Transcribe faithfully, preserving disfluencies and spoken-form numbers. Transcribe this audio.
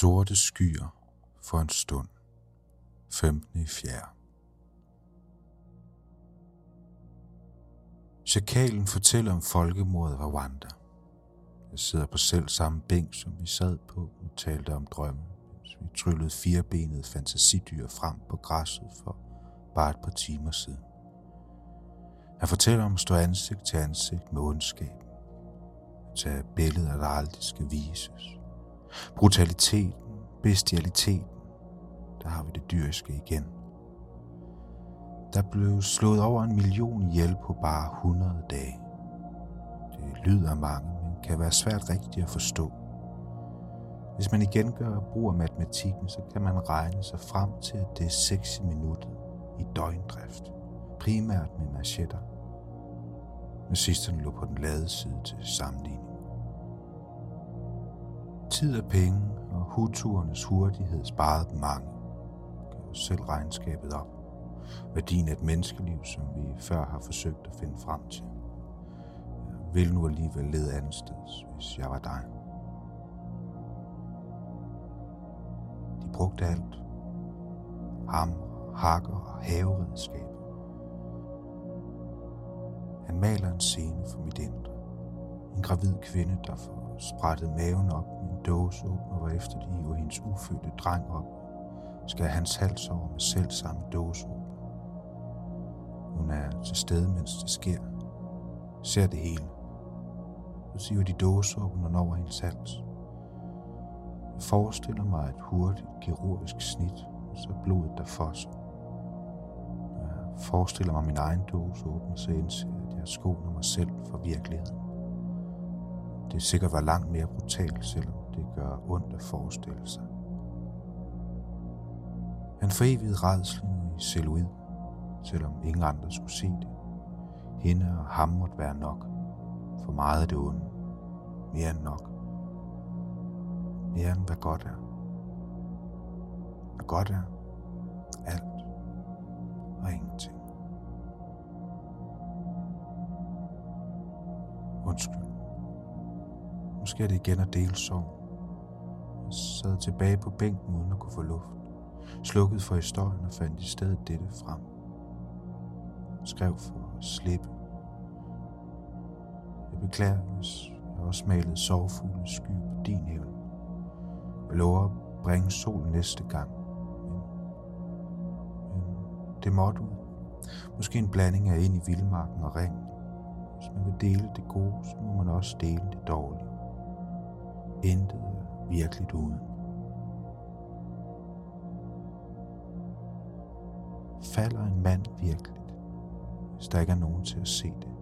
Sorte skyer for en stund. femtende i fjerde. Sjakalen fortæller om folkemordet i Rwanda. Jeg sidder på selv samme bænk, som vi sad på og talte om drømme, mens vi tryllede firebenede fantasidyr frem på græsset for bare et par timer siden. Han fortæller om at stå ansigt til ansigt med ondskaben. At tage billeder, der aldrig skal vises. Brutaliteten, bestialiteten. Der har vi det dyriske igen. Der blev slået over en million ihjel på bare hundrede dage. Det lyder mange, men kan være svært rigtigt at forstå. Hvis man igen gør brug af matematikken, så kan man regne sig frem til, at det er seks minutter i døgndrift. Primært med machetter. Nazisterne lå på den lade side til sammenligning. Tid og penge og hutuernes hurtighed sparede dem mange. Gør selv regnskabet op. Værdien af et menneskeliv, som vi før har forsøgt at finde frem til. Jeg vil nu alligevel lede andetsteds, hvis jeg var dig. De brugte alt. Hammer, hakker og haveredskaber. Han maler en scene for mit indre. En gravid kvinde, der får sprættet maven op med en dåseåbner, hvorefter de hiver hendes ufødte dreng op, skal hans hals over med selv samme dåseåbner. Hun er til stede, mens det sker. Ser det hele. Så siver de dåseåbneren over hendes hals. Jeg forestiller mig et hurtigt kirurgisk snit, og så blodet der fosser. Jeg forestiller mig min egen dåseåbner, så indser jeg, at jeg skåner mig selv for virkeligheden. Det sikkert var langt mere brutalt, selvom det gør ondt at forestille sig. Han forevigede rædslen i celluloid, selvom ingen andre skulle se det. Hende og ham måtte være nok. For meget af det onde. Mere end nok. Mere end hvad godt er. Hvad godt er. Alt og ingenting. Undskyld. Måske er det igen at dele sorg. Jeg sad tilbage på bænken uden at kunne få luft. Slukket for historien og fandt i stedet dette frem. Skrev for at slippe. Jeg beklager, hvis jeg også malede sorgfulde skyer på din hævn. Jeg lover at bringe sol næste gang. Men, men det måtte ud. Måske en blanding af ind i vildmarken og ring. Hvis man vil dele det gode, så må man også dele det dårlige. Intet er virkeligt uden. Falder en mand virkeligt, hvis der ikke er nogen til at se det?